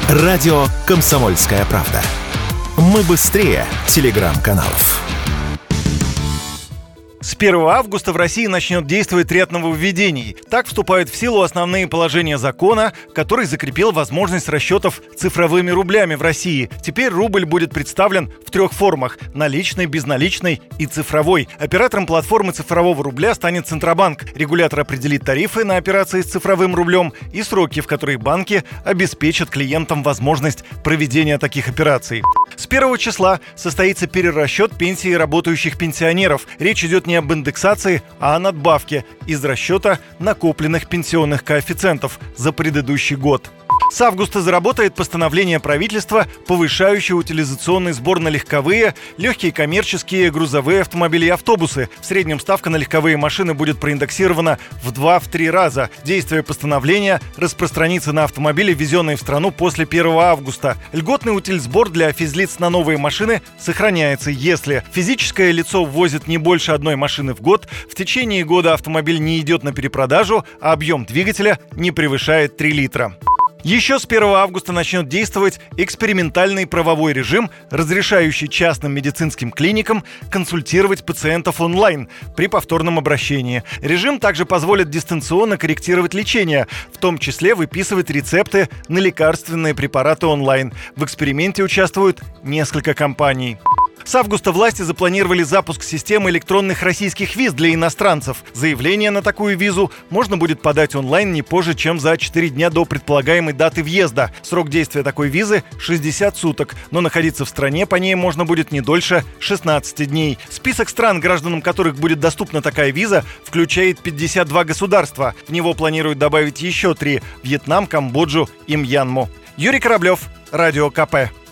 Радио «Комсомольская правда». Мы быстрее телеграм-каналов. С 1 августа в России начнет действовать ряд нововведений. Так вступают в силу основные положения закона, который закрепил возможность расчетов цифровыми рублями в России. Теперь рубль будет представлен в 3 формах – наличной, безналичной и цифровой. Оператором платформы цифрового рубля станет Центробанк. Регулятор определит тарифы на операции с цифровым рублем и сроки, в которые банки обеспечат клиентам возможность проведения таких операций. С 1 числа состоится перерасчет пенсии работающих пенсионеров. Речь идет не об индексации, а о надбавке из расчета накопленных пенсионных коэффициентов за предыдущий год. С августа заработает постановление правительства, повышающее утилизационный сбор на легковые, легкие коммерческие, грузовые автомобили и автобусы. В среднем ставка на легковые машины будет проиндексирована в 2-3 раза. Действие постановления распространится на автомобили, ввезенные в страну после 1 августа. Льготный утильсбор для физлиц на новые машины сохраняется, если физическое лицо ввозит не больше одной машины в год, в течение года автомобиль не идет на перепродажу, а объем двигателя не превышает 3 литра. Еще с 1 августа начнет действовать экспериментальный правовой режим, разрешающий частным медицинским клиникам консультировать пациентов онлайн при повторном обращении. Режим также позволит дистанционно корректировать лечение, в том числе выписывать рецепты на лекарственные препараты онлайн. В эксперименте участвуют несколько компаний. С августа власти запланировали запуск системы электронных российских виз для иностранцев. Заявление на такую визу можно будет подать онлайн не позже, чем за 4 дня до предполагаемой даты въезда. Срок действия такой визы – 60 суток, но находиться в стране по ней можно будет не дольше 16 дней. Список стран, гражданам которых будет доступна такая виза, включает 52 государства. В него планируют добавить еще 3 – Вьетнам, Камбоджу и Мьянму. Юрий Кораблев, Радио КП.